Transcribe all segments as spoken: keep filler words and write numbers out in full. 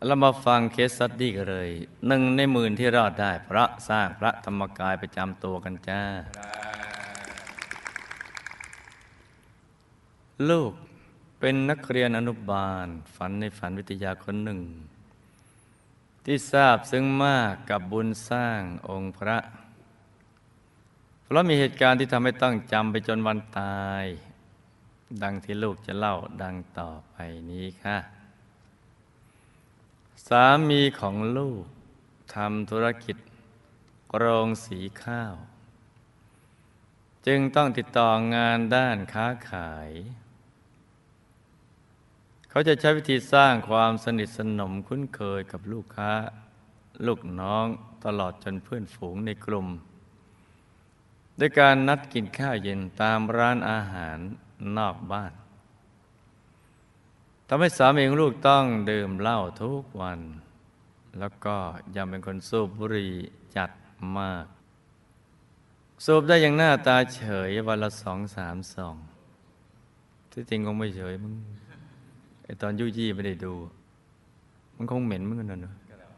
เรามาฟังเคสสตั๊ดดี้กันเลยหนึ่งในหมื่นที่รอดได้เพราะสร้างพระธรรมกายประจำตัวกันจ้าลูกเป็นนักเรียนอนุบาลฝันในฝันวิทยาคนหนึ่งที่ทราบซึ้งมากกับบุญสร้างองค์พระเพราะมีเหตุการณ์ที่ทำให้ต้องจำไปจนวันตายดังที่ลูกจะเล่าดังต่อไปนี้ค่ะสามีของลูกทำธุรกิจโรงสีข้าวจึงต้องติดต่องานด้านค้าขายเขาจะใช้วิธีสร้างความสนิทสนมคุ้นเคยกับลูกค้าลูกน้องตลอดจนเพื่อนฝูงในกลุ่มด้วยการนัดกินข้าวเย็นตามร้านอาหารนอกบ้านทำให้สามีของลูกต้องดื่มเหล้าทุกวันแล้วก็ยังเป็นคนสูบบุหรี่จัดมากสูบได้อย่างหน้าตาเฉยวันละสองสามซองที่จริงคงไม่เฉยมึงไอตอนยุยี่ไม่ได้ดูมันคงเหม็นเหมือนกันนะเนอะ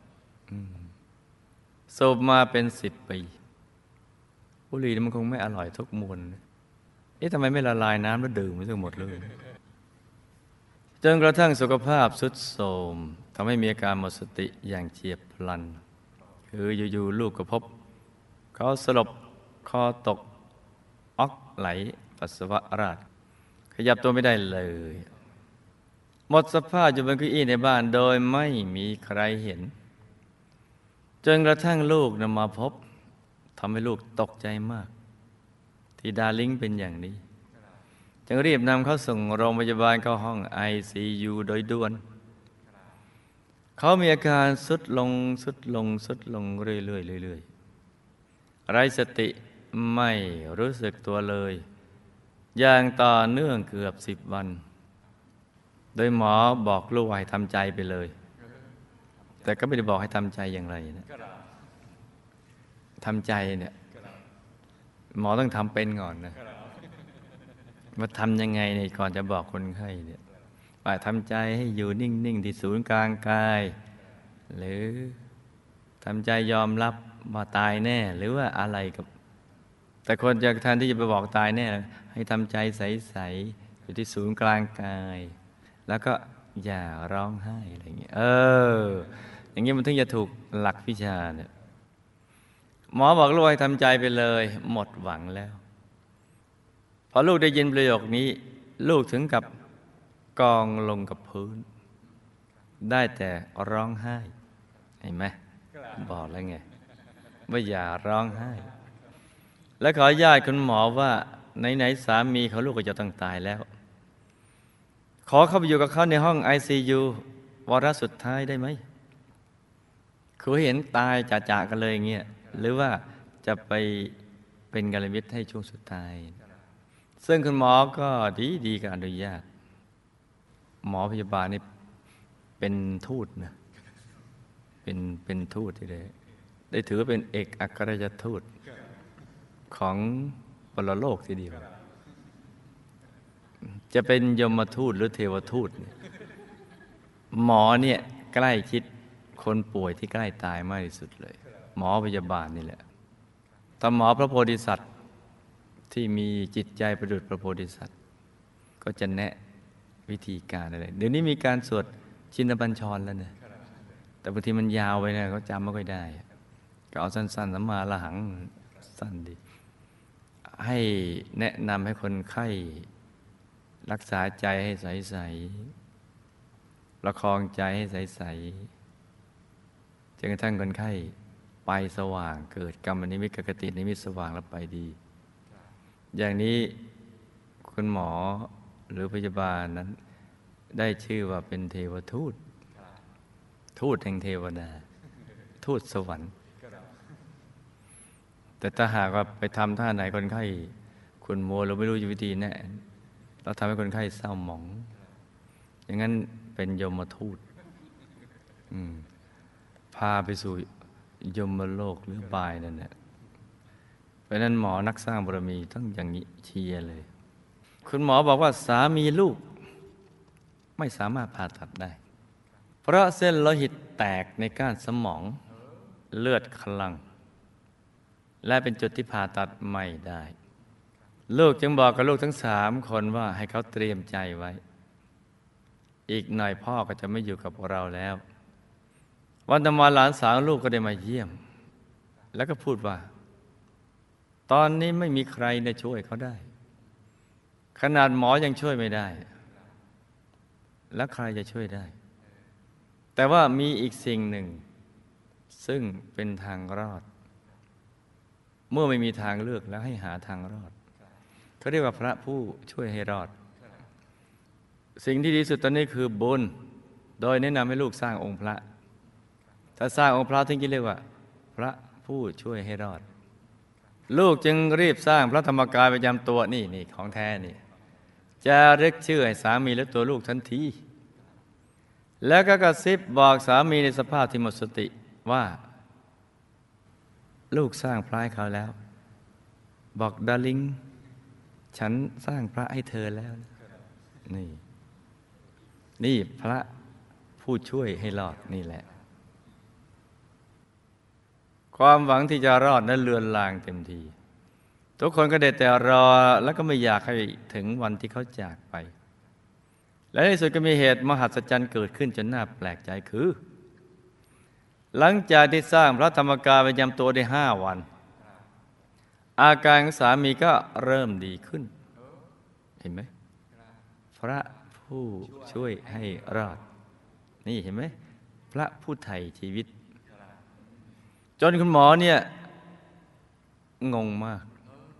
สูบมาเป็นสิบปีบุหรี่มันคงไม่อร่อยทุกมวลเอ๊ะทำไมไม่ละลายน้ำแล้วดื่มไปทั้งหมดเลยจนกระทั่งสุขภาพทรุดโทรมทำให้มีอาการหมดสติอย่างเฉียบพลันคืออยู่ๆลูกก็พบเขาสลบคอตกออกไหลปัสสาวะราดขยับตัวไม่ได้เลยหมดสภาพอยู่บนเก้าอี้ในบ้านโดยไม่มีใครเห็นจนกระทั่งลูกนำมาพบทำให้ลูกตกใจมากที่ดาริ่งเป็นอย่างนี้จึงรีบนำเขาส่งโรงพยาบาลเข้าห้อง ไอ ซี ยู โดยด่วนเขามีอาการทรุดลงทรุดลงทรุดลงเรื่อยๆเรื่อยๆไร้สติไม่รู้สึกตัวเลยอย่างต่อเนื่องเกือบสิบวันโดยหมอบอกลูกให้ทำใจไปเลยแต่ก็ไม่ได้บอกให้ทำใจอย่างไรนะทำใจเนี่ยหมอต้องทำเป็นก่อนนะว่าทำยังไงเนี่ยก่อนจะบอกคนไข้เนี่ยว่าทำใจให้อยู่นิ่งๆที่ศูนย์กลางกายหรือทำใจยอมรับว่าตายแน่หรือว่าอะไรกับแต่คนจะแทนที่จะไปบอกตายแน่ให้ทำใจใสๆอยู่ที่ศูนย์กลางกายแล้วก็อย่าร้องไห้อะไรอย่างเงี้ยเอออย่างงี้มันถึงจะถูกหลักวิชาเนี่ยหมอบอกลูกให้ทำใจไปเลยหมดหวังแล้วพอลูกได้ยินประโยคนี้ลูกถึงกับกองลงกับพื้นได้แต่ร้องไห้เห็นไหมบอกแล้วไงว่าอย่าร้องไห้และขอญาติคุณหมอว่าไหนๆสามีเขาลูกก็จะต้องตายแล้วขอเข้าไปอยู่กับเขาในห้อง ไอ ซี ยู วาระสุดท้ายได้ไหมคือเห็นตายจ่าๆกันเลยอย่างเงี้ยหรือว่าจะไปเป็นกัลยาณมิตรให้ช่วงสุดท้ายซึ่งคุณหมอก็ดีดีกับอนุญาตหมอพยาบาลนี่เป็นทูตนะเป็นเป็นทูตที่ได้ได้ถือเป็นเอกอัครราชทูตของปรโลกทีเดียวจะเป็นยมทูตหรือเทวทูตหมอเนี่ยใกล้ชิดคนป่วยที่ใกล้ตายมากที่สุดเลยหมอพยาบาลนี่แหละถ้าหมอพระโพธิสัตว์ที่มีจิตใจประดุจพระโพธิสัตว์ก็จะแนะวิธีการอะไรเดี๋ยวนี้มีการสวดชินบัญชรแล้วเนี่ยแต่บางทีมันยาวไปเนี่ยเขาจำไม่ค่อยได้ก็เอาสั้นๆสัมมาละหังสั้นดีให้แนะนำให้คนไข้รักษาใจให้ใสๆประคองใจให้ใสๆจนกระทั่งคนไข้ไปสว่างเกิดกรรมนิมิตกกตินิมิตสว่างแล้วไปดีอย่างนี้คุณหมอหรือพยาบาลนั้นได้ชื่อว่าเป็นเทวทูตทูตแห่งเทวดาทูตสวรรค์แต่ถ้าหากว่าไปทำท่าไหนคนไข้คุณโมเราไม่รู้วิธีแน่เราทำให้คนไข้เศร้าหมองอย่างนั้นเป็นยมทูตพาไปสู่ยมโลกหรือบายนั่นแหละเพราะนั้นหมอนักสร้างบารมีต้องอย่างนี้เชียร์เลยคุณหมอบอกว่าสามีลูกไม่สามารถผ่าตัดได้เพเพราะเส้นโลหิตแตกในก้านสมองเลือดคลั่งและเป็นจุดที่ผ่าตัดไม่ได้ลูกจึงบอกกับลูกทั้งสามคนว่าให้เขาเตรียมใจไว้อีกหน่อยพ่อก็จะไม่อยู่กับเราแล้ววันต่อมาหลานสาวลูกก็ได้มาเยี่ยมแล้วก็พูดว่าตอนนี้ไม่มีใครจะช่วยเขาได้ขนาดหมอยังช่วยไม่ได้แล้วใครจะช่วยได้แต่ว่ามีอีกสิ่งหนึ่งซึ่งเป็นทางรอดเมื่อไม่มีทางเลือกแล้วให้หาทางรอดเขาเรียกว่าพระผู้ช่วยให้รอดสิ่งที่ดีสุดตอนนี้คือบุญโดยแนะนำให้ลูกสร้างองค์พระถ้าสร้างองค์พระถึงจะเรียกว่าพระผู้ช่วยให้รอดลูกจึงรีบสร้างพระธรรมกายประจำตัวนี่นี่ของแท้นี่จะเรียกชื่อให้สามีและตัวลูกทันทีแล้วก็กระซิบบอกสามีในสภาพที่หมดสติว่าลูกสร้างพระให้เขาแล้วบอกดาริงฉันสร้างพระให้เธอแล้วนี่นี่พระผู้ช่วยให้รอดนี่แหละความหวังที่จะรอดนั้นเลือนลางเต็มทีทุกคนก็ได้แต่รอแล้วก็ไม่อยากให้ถึงวันที่เขาจากไปและในสุดก็มีเหตุมหัศจรรย์เกิดขึ้นจนน่าแปลกใจคือหลังจากที่สร้างพระธรรมกายประจำตัวได้ห้าวันอาการของสามีก็เริ่มดีขึ้นเห็นไหมพระผู้ช่วยให้รอดนี่เห็นไหมพระผู้ไถ่ชีวิตจนคุณหมอเนี่ยงงมาก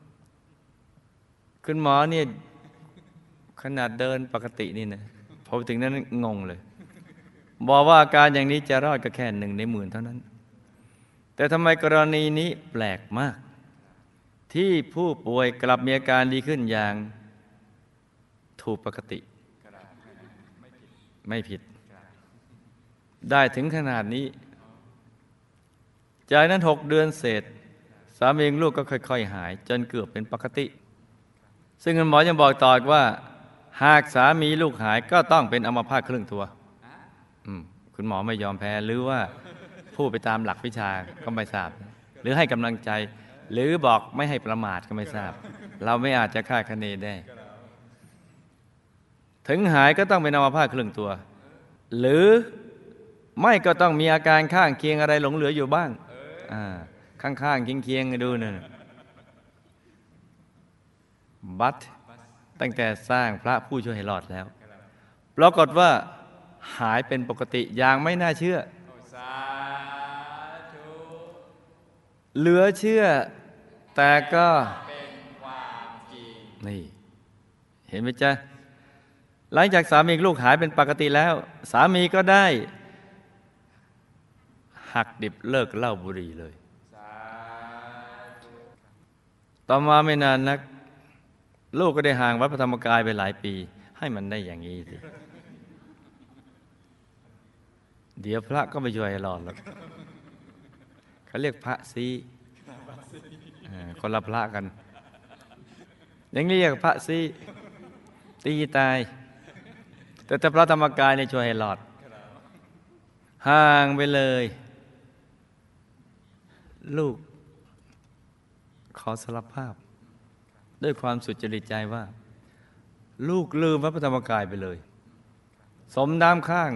คุณหมอเนี่ยขนาดเดินปกตินี่นะพอถึงนั้นงงเลยบอกว่าอาการอย่างนี้จะรอดก็แค่หนึ่งในหมื่นเท่านั้นแต่ทำไมกรณีนี้แปลกมากที่ผู้ป่วยกลับมีอาการดีขึ้นอย่างถูกปกติไม่ผิดได้ถึงขนาดนี้จากนั้นหกเดือนเศษสามีลูกก็ค่อยๆหายจนเกือบเป็นปกติซึ่งคุณหมอยังบอกต่อว่าหากสามีลูกหายก็ต้องเป็นอัมพาตครึ่งตัวคุณหมอไม่ยอมแพ้หรือว่าพูดไปตามหลักวิชาก็ไม่ทราบหรือให้กำลังใจหรือบอกไม่ให้ประมาทก็ไม่ทราบเราไม่อาจจะคาดคะเนได้ถึงหายก็ต้องเป็นอัมพาตครึ่งตัวหรือไม่ก็ต้องมีอาการข้างเคียงอะไรหลงเหลืออยู่บ้างข้างๆเคียงๆดูนั่นบัตตั้งแต่สร้างพระผู้ช่วยให้รอดแล้วปรากฏว่าหายเป็นปกติอย่างไม่น่าเชื่อเหลือเชื่อแต่ก็นี่เห็นไหมจ๊ะหลังจากสามีลูกหายเป็นปกติแล้วสามีก็ได้หักดิบเลิกเหล้าบุหรี่เลยต่อมาไม่นานนักลูกก็ได้ห่างวัดพระธรรมกายไปหลายปีให้มันได้อย่างนี้สิเดี๋ยวพระก็ไม่ช่วยให้รอดหรอกเขาเรียกพระซีคนละพระกันอย่างนี้เรียกพระซีตีตายแต่ถ้าพระธรรมกายเนี่ยช่วยให้รอดห่างไปเลยลูกขอสารภาพด้วยความสุจริตใจว่าลูกลืมพระธรรมกายไปเลยสมน้ำข้าง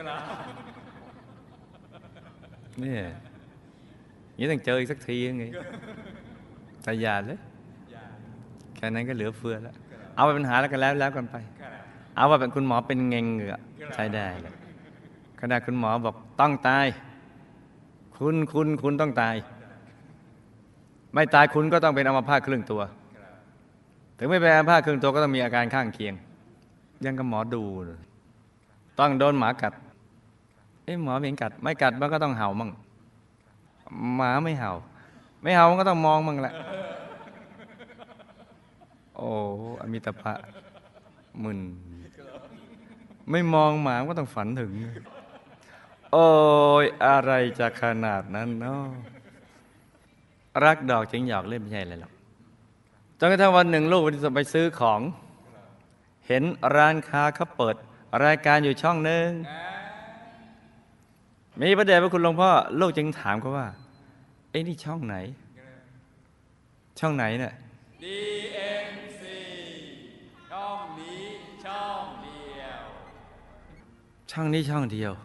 นี่นี่ต้องเจออีกสักทียังไงแต่อย่าเลยแค่นั้นก็เหลือเฟือแล้วเอาไปปัญหาแล้วกันแล้วแล้วกันไปเอาว่าเป็นคุณหมอเป็นเงงเหงือใช้ได้เลยขณะคุณหมอบอกต้องตายคุณคุณคุณต้องตายไม่ตายคุณก็ต้องเป็นอัมพาตครึ่งตัวถึงไม่เป็นอัมพาตครึ่งตัวก็ต้องมีอาการข้างเคียงยังกับหมอดูต้องโดนหมากัดเอ้หมอไม่กัดไม่กัดมันก็ต้องเห่ามั่งหมาไม่เห่าไม่เห่ามันก็ต้องมองมั่งแหละโอ้อมิตภะมึนไม่มองหมาก็ต้องฝันถึงโอ้ยอะไรจะขนาดนั้นเนาะรักดอกจึงหยอกเล่นไม่ใช่เลยหรอกจนกระทั่งวันหนึ่งลูกไปซื้อของเห็นร้านค้าเขาเปิดรายการอยู่ช่องหนึ่งมีพระเดชพระคุณหลวงพ่อลูกจึงถามเขาว่าไอ้นี่ช่องไหนช่องไหนเนี่ยดี เอ็ม ซี ช่องนี้ช่องเดียวช่องนี้ช่องเดียว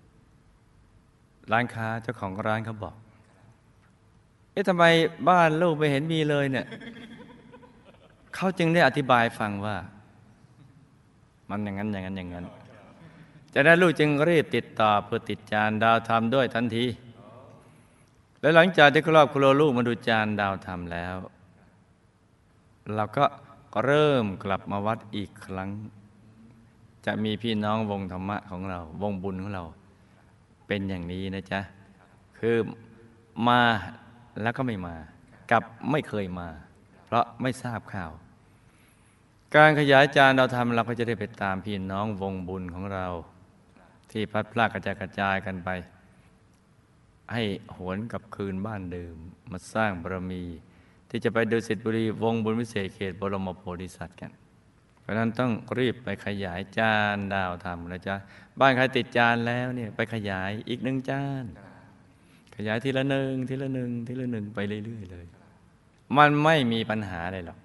ร้านค้าเจ้าของร้านเขาบอกเอ๊ะทำไมบ้านลูกไม่เห็นมีเลยเนี่ยเขาจึงได้อธิบายฟังว่ามันอย่างนั้นอย่างนั้นอย่างนั้นจากนั้นลูกจึงรีบติดต่อเพื่อติดจานดาวธรรมด้วยทันทีและหลังจากที่ครอบครัวลูกมาดูจานดาวธรรมแล้วเราก็เริ่มกลับมาวัดอีกครั้งจะมีพี่น้องวงธรรมะของเราวงบุญของเราเป็นอย่างนี้นะจ๊ะคือมาแล้วก็ไม่มากับไม่เคยมาเพราะไม่ทราบข่าวการขยายจานเราทำเราก็จะได้ไปตามพี่น้องวงบุญของเราที่พัดพลากกระจายกระจายกันไปให้หวนกลับคืนบ้านเดิมมาสร้างบารมีที่จะไปดุสิตบุรีวงบุญวิเศษเขตบรมโพธิสัตว์กันเพราะนั้นต้องรีบไปขยายจานดาวธรรมนะจ๊ะบ้านใครติดจานแล้วเนี่ยไปขยายอีกหนึ่งจานขยายทีละหนึ่งทีละหนึ่งทีละหนึ่งไปเรื่อยๆเลยมันไม่มีปัญหาอะไรหรอก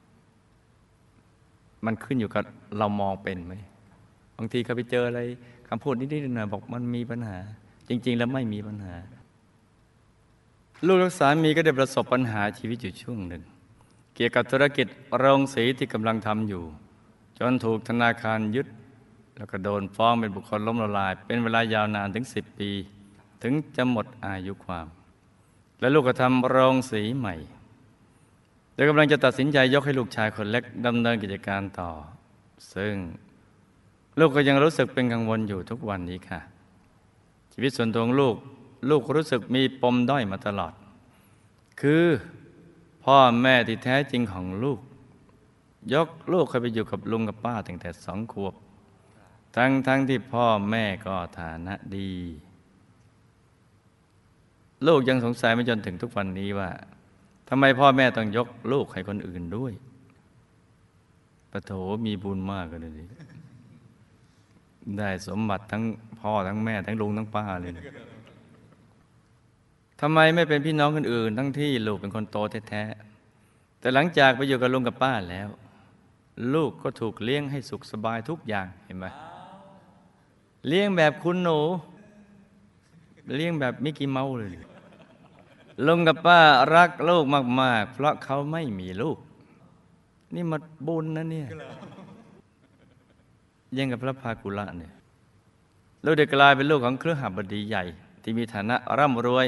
มันขึ้นอยู่กับเรามองเป็นไหมบางทีเขาไปเจออะไรคำพูดนิดๆหน่อยๆบอกมันมีปัญหาจริงๆแล้วไม่มีปัญหาลูกและสามีก็ได้ประสบปัญหาชีวิตอยู่ช่วงหนึ่งเกี่ยวกับธุรกิจโรงสีที่กำลังทำอยู่จนถูกธนาคารยึดแล้วก็โดนฟ้องเป็นบุคคลล้มละลายเป็นเวลายาวนานถึงสิบปีถึงจะหมดอายุความและลูกก็ทำโรงสีใหม่โดยกำลังจะตัดสินใจยกให้ลูกชายคนเล็กดำเนินกิจการต่อซึ่งลูกก็ยังรู้สึกเป็นกังวลอยู่ทุกวันนี้ค่ะชีวิตส่วนตัวของลูกลูกรู้สึกมีปมด้อยมาตลอดคือพ่อแม่ที่แท้จริงของลูกยกลูกเคยไปอยู่กับลุงกับป้าตั้งแต่สองขวบทั้งทั้งที่พ่อแม่ก็ฐานะดีลูกยังสงสัยมาจนถึงทุกวันนี้ว่าทำไมพ่อแม่ต้องยกลูกให้คนอื่นด้วยปะโถมีบุญมากเลยดิได้สมบัติทั้งพ่อทั้งแม่ทั้งลุงทั้งป้าเลยนะทำไมไม่เป็นพี่น้องคนอื่นทั้งที่ลูกเป็นคนโตแท้ๆแต่หลังจากไปอยู่กับลุงกับป้าแล้วลูกก็ถูกเลี้ยงให้สุขสบายทุกอย่างเห็นไหมเลี้ยงแบบคุณหนูเลี้ยงแบบมิกกี้เมาส์เลยลุงกับป้ารักลูกมากๆเพราะเขาไม่มีลูกนี่มาบุญนะเนี่ยยังกับพระภากุละเนี่ยลูกได้กลายเป็นลูกของเครือหบดีใหญ่ที่มีฐานะร่ำรวย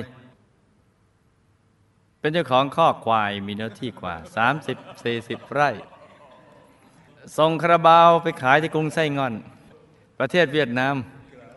เป็นเจ้าของข้อควายมีเนื้อที่กว่า สามสิบถึงสี่สิบ ไร่ส่งคาราบาวไปขายที่กรุงไส้งอนประเทศเวียดนาม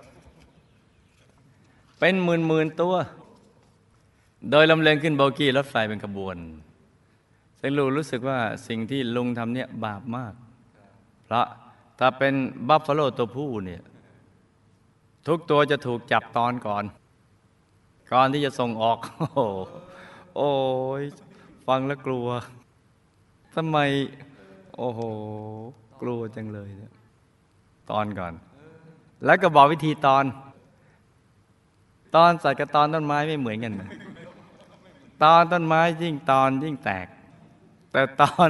เป็นหมื่นๆตัวโดยลำเลียงขึ้นโบกี้รถไฟเป็นขบวนซึ่งลูกรู้สึกว่าสิ่งที่ลุงทำเนี่ยบาปมากเพราะถ้าเป็นบัฟฟาโลตัวผู้เนี่ยทุกตัวจะถูกจับตอนก่อนก่อนที่จะส่งออกโอ้โหโอ้ยฟังแล้วกลัวทำไมโอ้โหกลัวจังเลยเนี่ยตอนก่อนแล้วก็บอกวิธีตอนตอนสัตว์กับตอนต้นไม้ไม่เหมือนกันนะตอนต้นไม้ยิ่งตอนยิ่งแตกแต่ตอน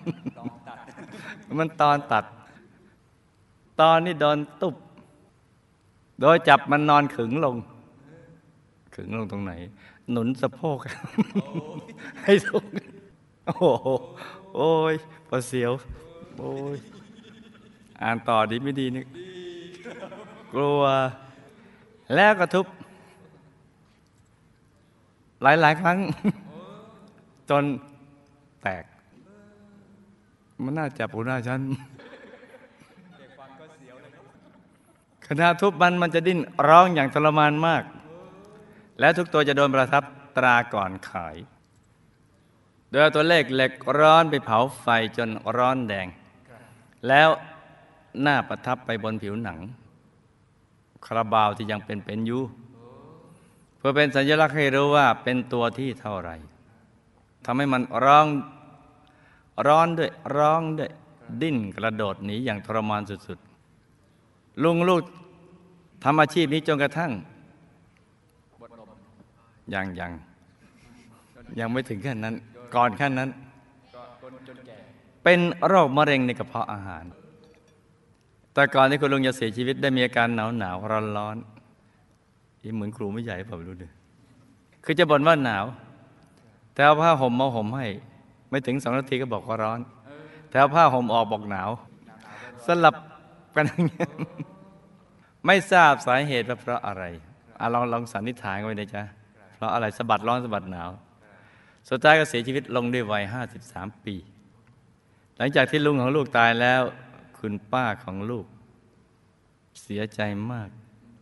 มันตอนตัดตอนนี้โดนตุบโดยจับมันนอนขึงลงขึงลงตรงไหนหนุนสะโพกให้สูงโอ้โหโอ้ยพอเสียวโอ้ยอ่านต่อดีไม่ดีนึกกลัวแล้วก็ทุบหลายๆครั้งจนแตกมันน่าจับหัวหน้าฉันขณะทุบมันมันจะดิ้นร้องอย่างทรมานมากและทุกตัวจะโดนประทับตราก่อนขายโดยตัวเลขเหล็กร้อนไปเผาไฟจนร้อนแดงแล้วหน้าประทับไปบนผิวหนังคาราบาวที่ยังเป็นเป็นอยู่เพื่อเป็นสัญลักษณ์ให้รู้ว่าเป็นตัวที่เท่าไรทำให้มันร้องร้อนด้วยร้องด้วยดิ้นกระโดดหนีอย่างทรมานสุดๆลุงลูกทำอาชีพนี้จนกระทั่งยังยังยังไม่ถึงขั้นนั้น ก่อนขั้นนั้นเป็นโรคมะเร็งในกระเพาะอาหาร แต่ก่อนที่คุณลุงจะเสียชีวิตได้มีอาการหนาวหนาวร้อนร้อนเหมือนครูไม่ใหญ่เปล่าไม่รู้เลยคือจะบ่นว่าหนาวแต่เอาผ้าห่มมาห่มให้ไม่ถึงสองนาทีก็บอกว่าร้อนแต่เอาผ้าห่มออกบอกหนาวสลับกันอย่างนี้ไม่ทราบสาเหตุว่าเพราะอะไรอ่ะลองลองสันนิษฐานกันไปเลยจ้ะเพราะอะไรสะบัดร้อนสะบัดหนาวสุดท้ายก็เสียชีวิตลงด้วยวัยห้าสิบสามปีหลังจากที่ลุงของลูกตายแล้วคุณป้าของลูกเสียใจมาก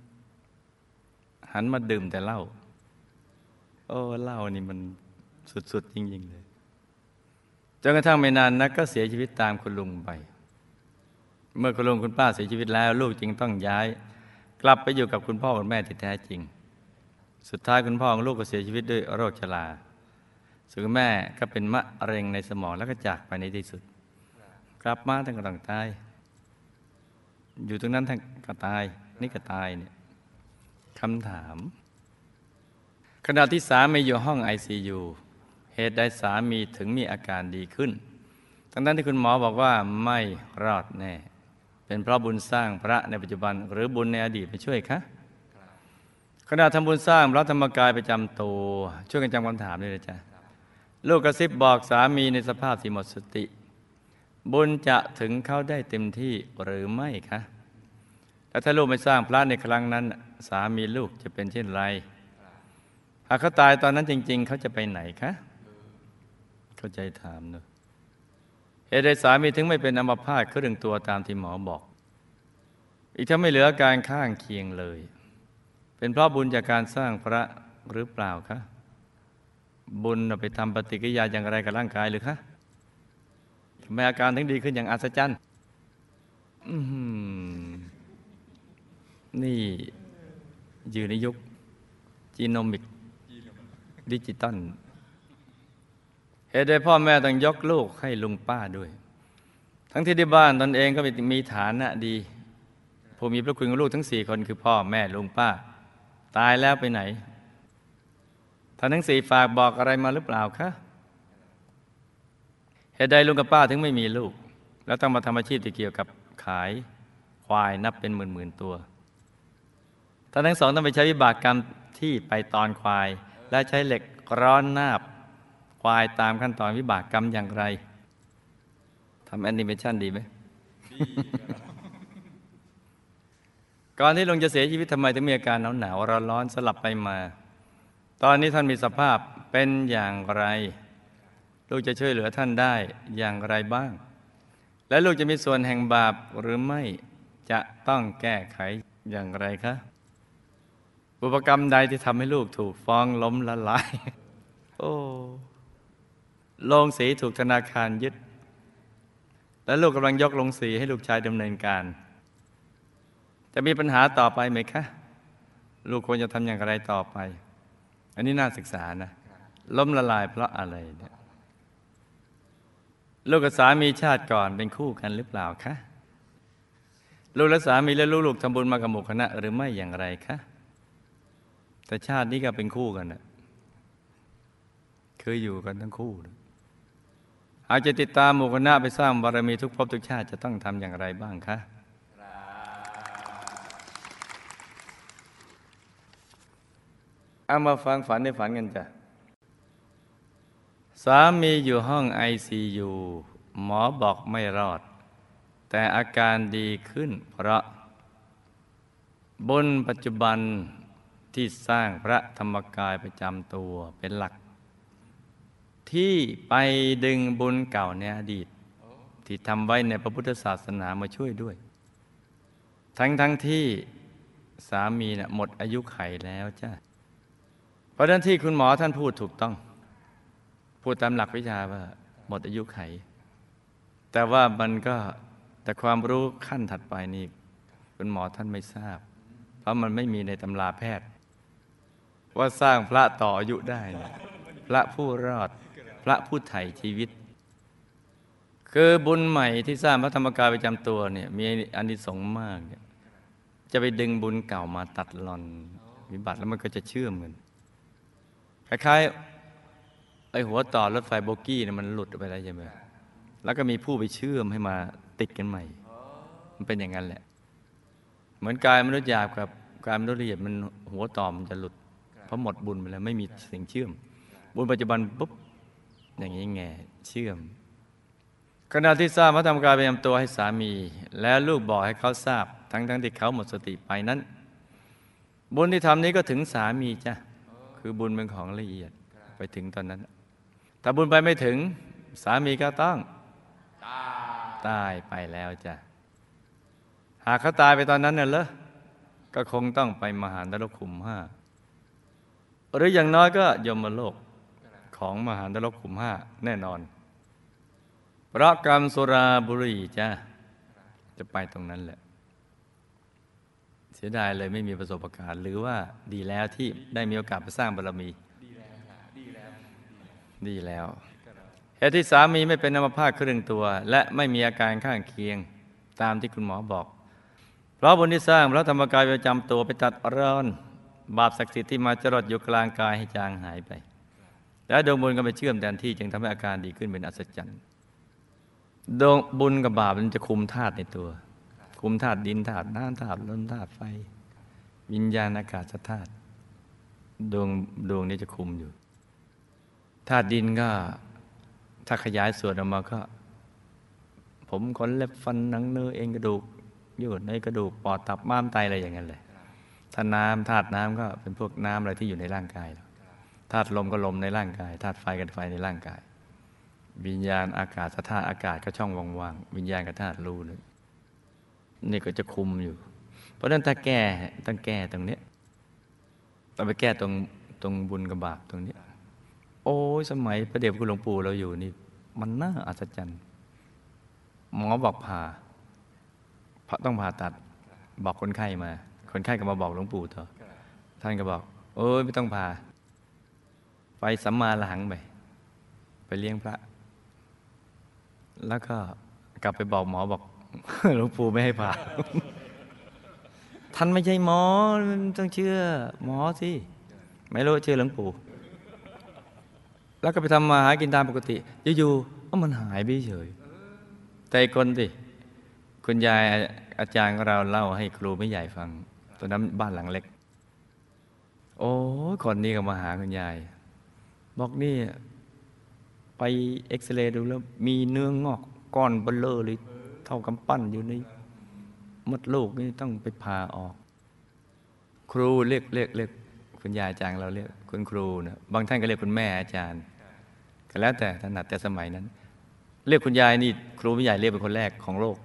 หันมาดื่มแต่เหล้าโอ้เหล้านี่มันสุดๆจริงๆเลยจนกระทั่งไม่นานนักก็เสียชีวิตตามคุณลุงไปเมื่อคุณลุงคุณป้าเสียชีวิตแล้วลูกจึงต้องย้ายกลับไปอยู่กับคุณพ่อคุณแม่ที่แท้จริงสุดท้ายคุณพ่อของลูกก็เสียชีวิตด้วยโรคชราส่วนคุณแม่ก็เป็นมะเร็งในสมองแล้วก็จากไปในที่สุดกลับมาทั้งก็ต้องตายอยู่ตรงนั้นทั้งก็ตายนี่ก็ตายเนี่ยคำถามขณะที่สามีอยู่ห้อง ไอ ซี ยู เหตุใดสามีถึงมีอาการดีขึ้นทั้งนั้นที่คุณหมอบอกว่าไม่รอดแน่เป็นเพราะบุญสร้างพระในปัจจุบันหรือบุญในอดีตไปช่วยคะขณะทำบุญสร้างพระธรรมกายประจำตัวช่วยกันจำคำถามด้วยนะจ๊ะลูกกระซิบบอกสามีในสภาพที่หมดสติบุญจะถึงเขาได้เต็มที่หรือไม่คะแล้วถ้าลูกไม่สร้างพระในครั้งนั้นสามีลูกจะเป็นเช่นไรหากเขาตายตอนนั้นจริงๆเขาจะไปไหนคะเข้าใจถามเนอะเหตุใดสามีถึงไม่เป็นอัมพาตครึ่งตัวตามที่หมอบอกอีกทั้งไม่เหลืออาการข้างเคียงเลยเป็นเพราะบุญจากการสร้างพระหรือเปล่าคะบุญไปทำปฏิกิริยาอย่างไรกับร่างกายหรือคะทำไมอาการถึงดีขึ้นอย่างอัศจรรย์นี่อยู่ในยุคจีโนมิกดิจิตอลเหตุใดพ่อแม่ต้องยกลูกให้ลุงป้าด้วยทั้งที่ที่บ้านตนเองก็มีฐานะดีผู้มีพระคุณของลูกทั้งสี่คนคือพ่อแม่ลุงป้าตายแล้วไปไหนท่านทั้งสี่ฝากบอกอะไรมาหรือเปล่าคะเหตุใดลุงกับป้าถึงไม่มีลูกแล้วต้องมาทำอาชีพที่เกี่ยวกับขายควายนับเป็นหมื่นๆตัวท่านทั้งสองต้องไปใช้วิบากกรรมที่ไปตอนควายและใช้เหล็กร้อนนาบควายตามขั้นตอนวิบากกรรมอย่างไรทำแอนิเมชันดีไหม ก่อนที่ลุงจะเสียชีวิตทำไมถึงมีอาการหนาวหนาวร้อนร้อนสลับไปมาตอนนี้ท่านมีสภาพเป็นอย่างไรลูกจะช่วยเหลือท่านได้อย่างไรบ้างและลูกจะมีส่วนแห่งบาปหรือไม่จะต้องแก้ไขอย่างไรคะบุพกรรมใดที่ทำให้ลูกถูกฟ้องล้มละลาย โอ้โรงสีถูกธนาคารยึดและลูกกำลังยกโรงสีให้ลูกชายดำเนินการจะมีปัญหาต่อไปไหมคะลูกควรจะทำอย่างไรต่อไปอันนี้น่าศึกษานะล้มละลายเพราะอะไรเนี่ยลูกกับสามีชาติก่อนเป็นคู่กันหรือเปล่าคะลูกและสามีและลูกๆทำบุญมากับหมู่คณะหรือไม่อย่างไรคะแต่ชาตินี้ก็เป็นคู่กันนะเคยอยู่กันทั้งคู่หากจะติดตามหมู่คณะไปสร้างบารมีทุกภพทุกชาติจะต้องทำอย่างไรบ้างคะเอามาฟังฝันในฝันกันจ้ะสามีอยู่ห้อง ไอ ซี ยู หมอบอกไม่รอดแต่อาการดีขึ้นเพราะบุญปัจจุบันที่สร้างพระธรรมกายประจำตัวเป็นหลักที่ไปดึงบุญเก่าในอดีตที่ทำไว้ในพระพุทธศาสนามาช่วยด้วยทั้งทั้งที่สามีน่ะหมดอายุไขแล้วจ้ะเพราะฉะนั้นที่คุณหมอท่านพูดถูกต้องพูดตามหลักวิชาว่าหมดอายุไขแต่ว่ามันก็แต่ความรู้ขั้นถัดไปนี่คุณหมอท่านไม่ทราบเพราะมันไม่มีในตำราแพทย์ว่าสร้างพระต่ออายุได้เนี่ยพระผู้รอดพระผู้ไถ่ชีวิตคือบุญใหม่ที่สร้างพระธรรมกายประจำตัวเนี่ยมีอานิสงส์มากเนี่ยจะไปดึงบุญเก่ามาตัดรอนวิบัติแล้วมันก็จะเชื่อมกันคล้ายๆไอ้หัวต่อรถไฟโบกี้เนี่ยมันหลุดออกไปแล้วใช่ไหมแล้วก็มีผู้ไปเชื่อมให้มาติดกันใหม่มันเป็นอย่างนั้นแหละเหมือนกายมนุษย์หยาบกับกายมนุษย์ละเอียดมันหัวต่อมันจะหลุดเพราะหมดบุญไปแล้วไม่มีสิ่งเชื่อมบุญปัจจุบันปุ๊บอย่างนี้ไงเชื่อมขณะที่ทราบพระธรรมกายพยายามตัวให้สามีแล้วลูกบอกให้เขาทราบทั้งทั้งที่เขาหมดสติไปนั้นบุญที่ทำนี้ก็ถึงสามีจ้ะคือบุญเป็นของละเอียดไปถึงตอนนั้นถ้าบุญไปไม่ถึงสามีก็ต้องตายไปแล้วจ้ะหากเขาตายไปตอนนั้นน่ะเหรอก็คงต้องไปมหานรกขุมห้าหรืออย่างน้อยก็ยมโลกของมหานรกขุมห้าแน่นอนเพราะกรรมสุราบุหรี่จ้ะจะไปตรงนั้นแหละเสียดายเลยไม่มีประสบการณ์หรือว่าดีแล้วที่ได้มีโอกาสไปสร้างบารมีดีแล้วดีแล้วดีแล้วเหตุที่สามีไม่เป็นอัมพาตครึ่งตัวและไม่มีอาการข้างเคียงตามที่คุณหมอบอกเพราะบุญที่สร้างพระธรรมกายประจำตัวไปตัดร้อนบาปศักดิ์สิทธิ์ที่มาจรดอยู่กลางกายให้จางหายไปและดวงบุญก็ไปเชื่อมแทนที่จึงทำให้อาการดีขึ้นเป็นอัศจรรย์ดวงบุญกับบาปมันจะคุมธาตุในตัวคุมธาตุดินธาตุน้ำธาตุลมธาตุไฟวิญญาณอากาศธาตุดวงดวงนี้จะคุมอยู่ธาตุดินก็ถ้าขยายส่วนออกมาก็ผมขนเล็บฟันหนังเนื้อเอ็นกระดูกอยู่ในกระดูกปอดตับม้ามไตอะไรอย่างนั้นเลยถ้าน้ำธาตุน้ำก็เป็นพวกน้ำอะไรที่อยู่ในร่างกายธาตุลมก็ลมในร่างกายธาตุไฟก็ไฟในร่างกายวิญญาณอากาศธาตุอากาศก็ช่องว่างๆวิญญาณกับธาตุรู้นึกนี่ก็จะคุมอยู่เพราะฉะนั้นถ้าแก้ต้องแก้ตรงนี้ต้องไปแก้ตรงตรงบุญกับบาปตรงนี้โอ้ยสมัยพระเดชพระคุณหลวงปู่เราอยู่นี่มันน่าอัศจรรย์หมอบอกผ่าต้องผ่าตัดบอกคนไข้มาคนไข้ก็มาบอกหลวงปู่ต่อท่านก็บอกโอ้ยไม่ต้องผ่าไปสัมมาละหังไปไปเลี้ยงพระแล้วก็กลับไปบอกหมอบอกหลวงปู่ไม่ให้ผ่าท่านไม่ใช่หมอต้องเชื่อหมอสิไม่รู้เชื่อหลวงปู่แล้วก็ไปทำมาหากินตามปกติอยู่ๆมันหายไปเฉยแต่คนสิคุณยายอาจารย์ของเราเล่าให้ครูไม่ใหญ่ฟังตอนนั้นบ้านหลังเล็กโอ้คนนี้ก็มาหาคุณยายบอกนี่ไปเอ็กซเรย์ดูแล้วมีเนื้องอกก้อนเบลอเลยเท่ากำปั้นอยู่ในมดลูกนี่ต้องไปผ่าออกครูเรียกเรียกเรียกคุณยายอาจารย์เราเรียกคุณครูนะบางท่านก็เรียกคุณแม่อาจารย์ก็แล้วแต่ถนัดแต่สมัยนั้นเรียกคุณยายนี่ครูไม่ใหญ่เรียกเป็นคนแรกของโลก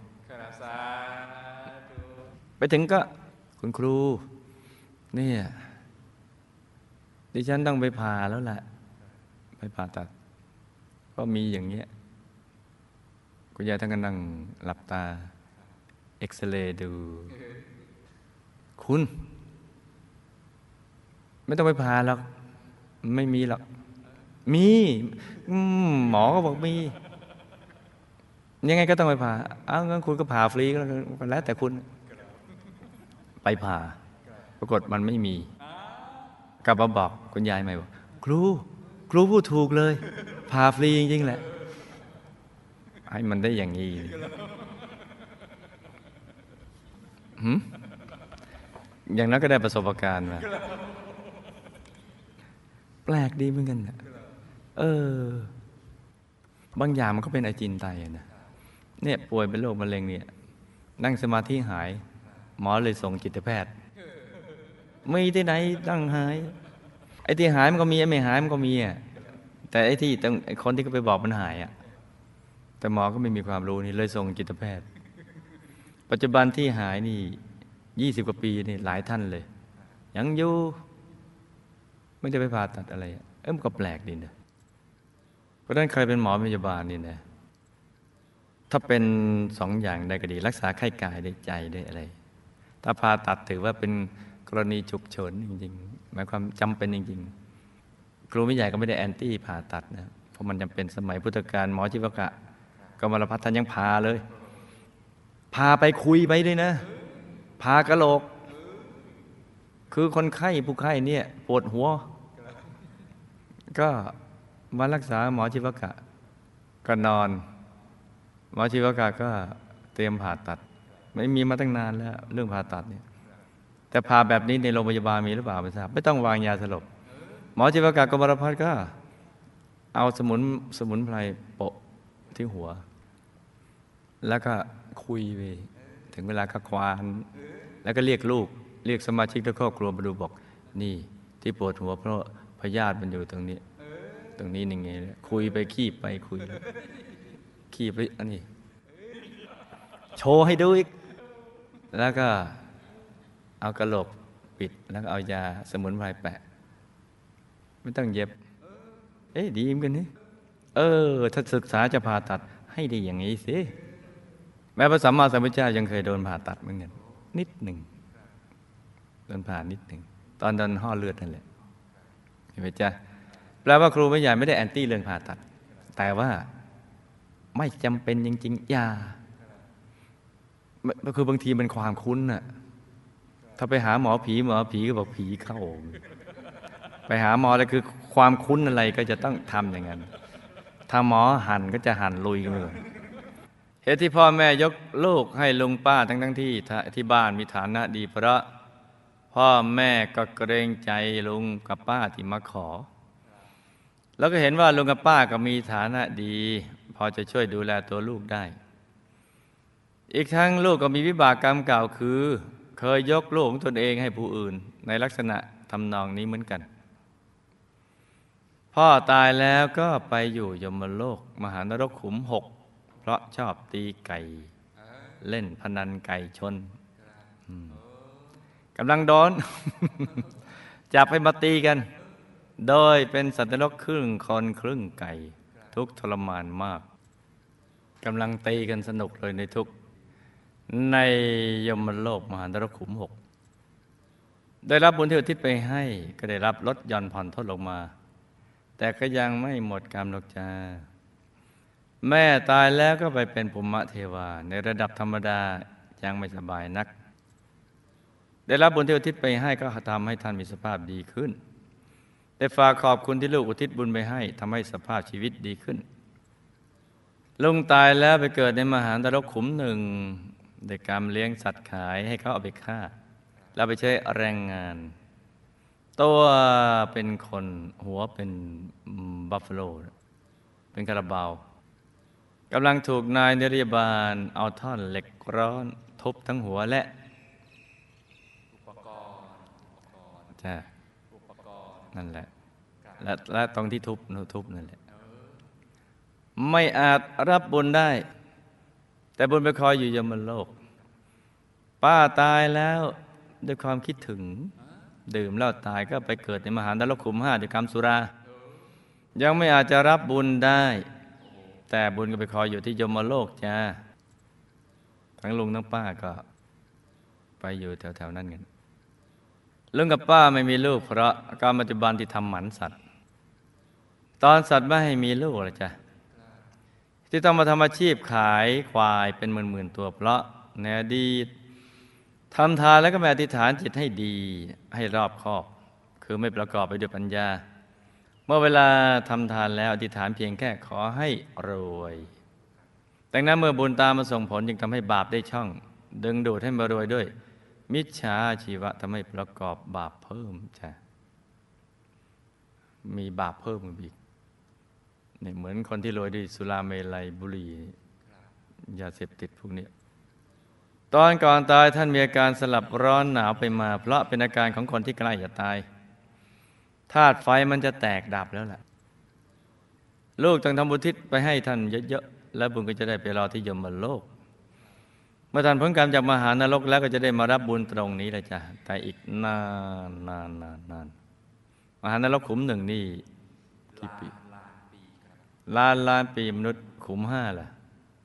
ไปถึงก็คุณครูเนี่ยดิฉันต้องไปผ่าแล้วแหละไปผ่าตัดก็มีอย่างเงี้ยคุณยายท่านก็นั่งหลับตาเอ็กซเรย์ดูคุณไม่ต้องไปผ่าหรอกไม่มีหรอกมีหมอก็บอกมียังไงก็ต้องไปผ่าอ้าวงั้นคุณก็ผ่าฟรีก็แล้วแต่คุณไปผ่าปรากฏมันไม่มีกลับมาบอกคุณยายใหม่บอกครูครูพูดถูกเลยผ่าฟรีจริงๆแหละให้มันได้อย่างนี้หืมอย่างนั้นก็ได้ประสบการณ์มาแปลกดีเหมือนกันนะเออบางอย่างมันก็เป็นอาจินไตยนะเนี่ยป่วยเป็นโรคมะเร็งเนี่ยนั่งสมาธิหายหมอเลยส่งจิตแพทย์มีที่ไหนตั้งหายไอ้ที่หายมันก็มีไอ้ไม่หายมันก็มีอ่ะแต่ไอ้ที่ต้องไอ้คนที่เขาไปบอกมันหายอ่ะแต่หมอก็ไม่มีความรู้นี่เลยส่งจิตแพทย์ปัจจุบันที่หายนี่ยี่สิบกว่าปีนี่หลายท่านเลยยังอยู่ไม่ได้ไปผ่าตัดอะไรเอ้ยมันก็แปลกดีนะเพราะฉะนั้นใครเป็นหมอพยาบาลนี่นะถ้าเป็นสองอย่างได้ก็ดีรักษาไข้กายได้ใจได้อะไรถ้าผ่าตัดถือว่าเป็นกรณีฉุกเฉินจริงๆหมายความจำเป็นจริงๆครูไม่ใหญ่ก็ไม่ได้แอนตี้ผ่าตัดนะเพราะมันจำเป็นสมัยพุทธกาลหมอชีวกะกมลพัฒน์ท่านยังพาเลยพาไปคุยไปด้วยนะพากะโหลกคือคนไข้ผู้ไข้เนี่ยปวดหัวก็มารักษาหมอชีวกะก็นอนหมอชีวกะก็เตรียมผ่าตัดไม่มีมาตั้งนานแล้วเรื่องผ่าตัดเนี่ยแต่ผ่าแบบนี้ในโรงพยาบาลมีหรือเปล่าไม่ทราบไม่ต้องวางยาสลบหมอชีวกะกมลพัฒน์ก็เอาสมุนสมุนไพรโปะที่หัวแล้วก็คุยไปถึงเวลาก็ควานแล้วก็เรียกลูกเรียกสมาชิกในครอบครัวมาดูบอกนี่ที่ปวดหัวเพราะพยาธิมันอยู่ตรงนี้ตรงนี้ยังไงคุยไปขี้ไปคุยขี้ไปอันนี้โชว์ให้ดูอีกแล้วก็เอากระโหลกปิดแล้วก็เอายาสมุนไพรแปะไม่ต้องเย็บเอ๊ะดีเหมือนกันนี่เออถ้าศึกษาจะผ่าตัดให้ดีอย่างนี้สิแม้พระสัมมาสัมพุทธเจ้ายังเคยโดนผ่าตัดเหมือนกันนิดหนึ่งโดนผ่านิดหนึ่งตอนโดนห่อเลือดนั่นแหละเห็นไหมจ๊ะแปลว่าครูไม่ใหญ่ไม่ได้แอนตี้เรื่องผ่าตัดแต่ว่าไม่จำเป็นจริงๆอย่าคือบางทีมันความคุ้นน่ะถ้าไปหาหมอผีหมอผีก็บอกผีเข้าไปหาหมออะไรคือความคุ้นอะไรก็จะต้องทำอย่างนั้นถ้าหมอหั่นก็จะหั่นลุยกันเลยเหตุที่พ่อแม่ยกลูกให้ลุงป้าทั้งทั้งที่ที่บ้านมีฐานะดีเพราะพ่อแม่ก็เกรงใจลุงกับป้าที่มาขอแล้วก็เห็นว่าลุงกับป้าก็มีฐานะดีพอจะช่วยดูแลตัวลูกได้อีกทั้งลูกก็มีวิบากกรรมเก่าคือเคยยกลูกของตนเองให้ผู้อื่นในลักษณะทำนองนี้เหมือนกันพ่อตายแล้วก็ไปอยู่ยมโลกมหานรกขุมหกเพราะชอบตีไก่เล่นพนันไก่ชนกำลังโดน จับให้มาตีกันโดยเป็นสัตว์นรกครึ่งคนครึ่งไก่ทุกทรมานมากกำลังตีกันสนุกเลยในทุกในยมโลกมหานรกขุมหกได้รับบุญที่อุทิศไปให้ก็ได้รับลดหย่อนผ่อนโทษลงมาแต่ก็ยังไม่หมดกรรมหรอกจ้าแม่ตายแล้วก็ไปเป็นภูมิเทวาในระดับธรรมดายังไม่สบายนักได้รับบุญที่อุทิศไปให้ก็ทำให้ท่านมีสภาพดีขึ้นแต่ฝากขอบคุณที่ลูกอุทิศบุญไปให้ทำให้สภาพชีวิตดีขึ้นลุงตายแล้วไปเกิดในมหานรกขุมหนึ่งได้กรรมเลี้ยงสัตว์ขายให้เขาเอาไปฆ่าแล้วไปใช้แรงงานตัวเป็นคนหัวเป็นบัฟฟาโลเป็นคาราบาวกำลังถูกนายนิรยาบาลเอาท่อนเหล็กร้อนทุบทั้งหัวและอุปกรณ์ใช่อุปกรณ์นั่นแหละและและตรงที่ทุบทุบนั่นแหละไม่อาจรับบุญได้แต่บุญไปคอยอยู่ยมโลกป้าตายแล้วด้วยความคิดถึงดื่มแล้วตายก็ไปเกิดในมหานรกขุมห้าด้วยกรรมสุรายังไม่อาจจะรับบุญได้แต่บุญก็ไปคอยอยู่ที่ยมโลกจ้าทั้งลุงทั้งป้าก็ไปอยู่แถวๆนั้นกันลุงกับป้าไม่มีลูกเพราะการปัจจุบันที่ทำหมันสัตว์ตอนสัตว์ไม่ให้มีลูกเลยจ้ะที่ต้องมาทำอาชีพขายควายเป็นหมื่นๆตัวเพราะในอดีตทำทานแล้วก็แม่อธิษฐานจิตให้ดีให้รอบคอบคือไม่ประกอบไปด้วยปัญญาเมื่อเวลาทำทานแล้วอธิษฐานเพียงแค่ขอให้รวยดังนั้นเมื่อบุญตามมาส่งผลจึงทำให้บาปได้ช่องดึงดูดให้มารวยด้วยมิจฉาชีวะทำให้ประกอบบาปเพิ่มจ้ะมีบาปเพิ่มอีกเนี่ยเหมือนคนที่รวยด้วยสุราเมลัยบุหรี่ยาเสพติดพวกนี้ตอนก่อนตายท่านมีอาการสลับร้อนหนาวไปมาเพราะเป็นอาการของคนที่ใกล้จะตายธาตุไฟมันจะแตกดับแล้วล่ะลูกต้องทำบุญทิศไปให้ท่านเยอะๆแล้วบุญก็จะได้ไปรอที่ยมโลกเมื่อท่านพ้นกรรมจากมหานรกแล้วก็จะได้มารับบุญตรงนี้แหละจ้ะแต่อีกนานนานนานนานมหานรกขุมหนึ่งนี่กี่ปีล้านล้านปีมนุษย์ขุมห้าล่ะ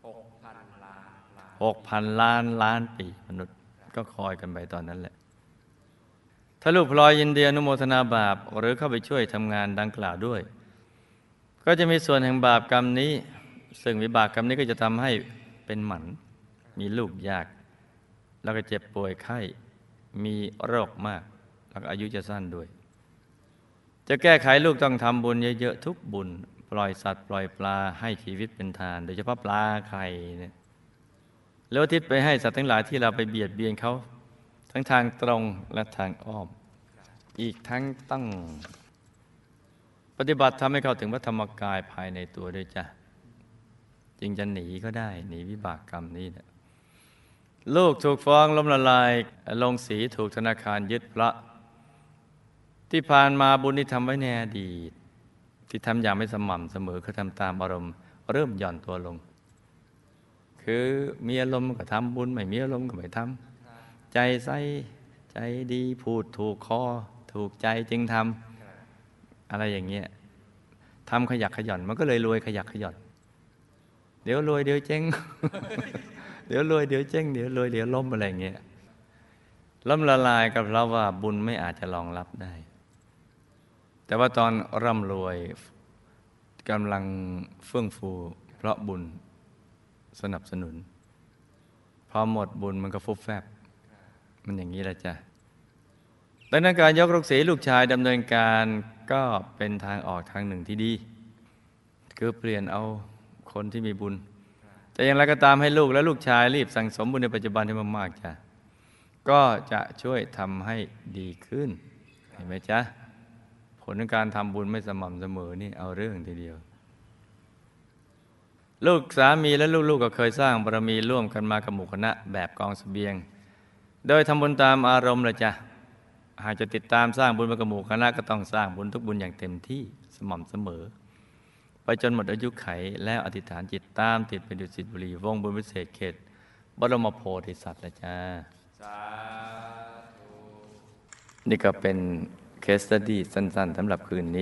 หกพันล้านล้านปีมนุษย์ก็คอยกันไปตอนนั้นแหละถ้าลูกพลอยยินดีอนุโมทนาบาปหรือเข้าไปช่วยทำงานดังกล่าวด้วยก็จะมีส่วนแห่งบาปกรรมนี้ซึ่งวิบากกรรมนี้ก็จะทำให้เป็นหมันมีลูกยากแล้วก็เจ็บป่วยไข้มีโรคมากแล้วก็อายุจะสั้นด้วยจะแก้ไขลูกต้องทำบุญเยอะๆทุกบุญปล่อยสัตว์ปล่อยปลาให้ชีวิตเป็นทานโดยเฉพาะปลาไข่เนี่ยแล้วทิศไปให้สัตว์ทั้งหลายที่เราไปเบียดเบียนเขาทั้งทางตรงและทางอ้อมอีกทั้งต้องปฏิบัติทำให้เขาถึงพระธรรมกายภายในตัวด้วยจ้ะจึงจะหนีก็ได้หนีวิบากกรรมนี้นะลูกถูกฟ้องล้มละลายลงสีถูกธนาคารยึดพระที่ผ่านมาบุญที่ทำไว้ในอดีตที่ทำอย่างไม่สม่ำเสมอเขาทำตามอารมณ์เริ่มหย่อนตัวลงคือมีอารมณ์ก็ทำบุญไม่มีอารมณ์ก็ไม่ทำใจใสใจดีพูดถูกคอถูกใจจึงทำอะไรอย่างเงี้ยทำขยักขย่อนมันก็เลยรวยขยักขย่อนเดี๋ยวรวยเดี๋ยวเจ๊ง เดี๋ยวรวยเดี๋ยวเจ๊งเดี๋ยวรวยเดี๋ยวล้มอะไรอย่างเงี้ยล้มละลายกับเราว่าบุญไม่อาจจะรองรับได้แต่ว่าตอนร่ำรวยกำลังเฟื่องฟูเพราะบุญสนับสนุนพอหมดบุญมันก็ฟุบแฟบมันอย่างนี้แหละจ้ะดังนั้นการยกลูกศรีลูกชายดำเนินการก็เป็นทางออกทางหนึ่งที่ดีคือเปลี่ยนเอาคนที่มีบุญแต่อย่างไรก็ตามให้ลูกและลูกชายรีบสั่งสมบุญในปัจจุบันให้มากๆจ้ะก็จะช่วยทำให้ดีขึ้นเห็นไหมจ๊ะผลของการทำบุญไม่สม่ำเสมอนี่เอาเรื่องทีเดียวลูกสามีและลูกๆก็เคยสร้างบารมีร่วมกันมากับหมู่คณะแบบกองเสบียงโดยทำบุญตามอารมณ์เลยจ้ะหากจะติดตามสร้างบุญมากับหมู่คณะก็ต้องสร้างบุญทุกบุญอย่างเต็มที่สม่ำเสมอไปจนหมดอายุไขแล้วอธิษฐานจิตตามติดเป็นดุสิตบุรีวงบุญวิเศษเขตบรมโพธิสัตว์เลยจ้านี่ก็เป็นเคสสตี้สั้นๆสำหรับคืนนี้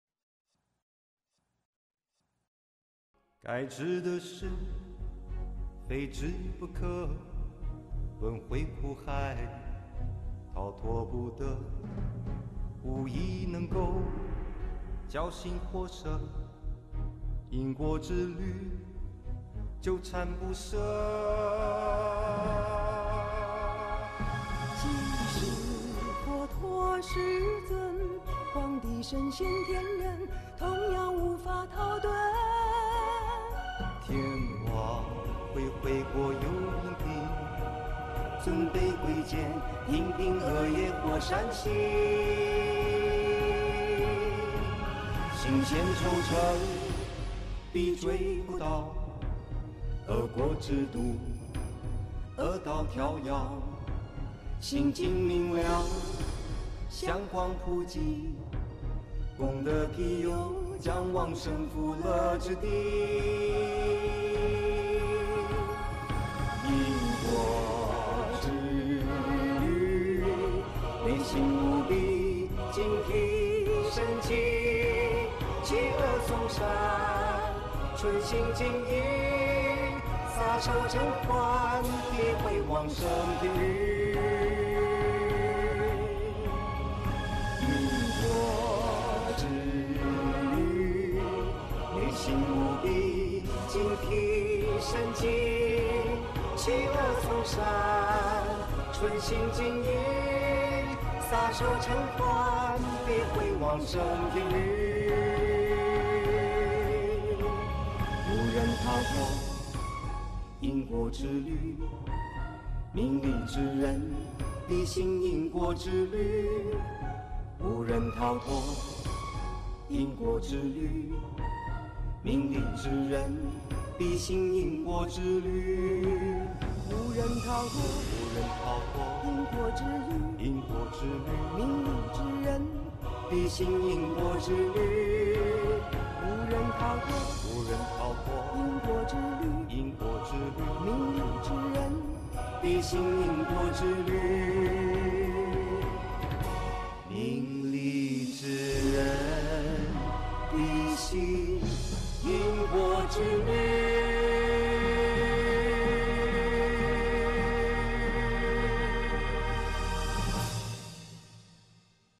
该知的事非知不可轮回苦海逃脱不得无疑能够侥幸获胜因果之律纠缠不舍即使佛陀世尊皇帝神仙天人同样无法逃遁天网恢恢过又阴平尊卑贵贱阴平恶业或善行行险抽成必追不到恶果之毒恶道跳摇心境明亮香光普及功德庇佑将往生福乐之地因果之律内心无比精辟神奇弃恶从善纯心经营撒手成欢必会往生地狱因果之律内心无比精辟神奇弃恶从善纯心经营撒手成欢必会往生地狱无人逃脱因果之律命理之人必行因果之律无人逃脱因果之律命理之人必行因果之律无人逃脱无人逃脱因果之律因果之律命理之人必行因果之律无人逃脱无人逃脱因果之律因果之律命理之人必行因果之律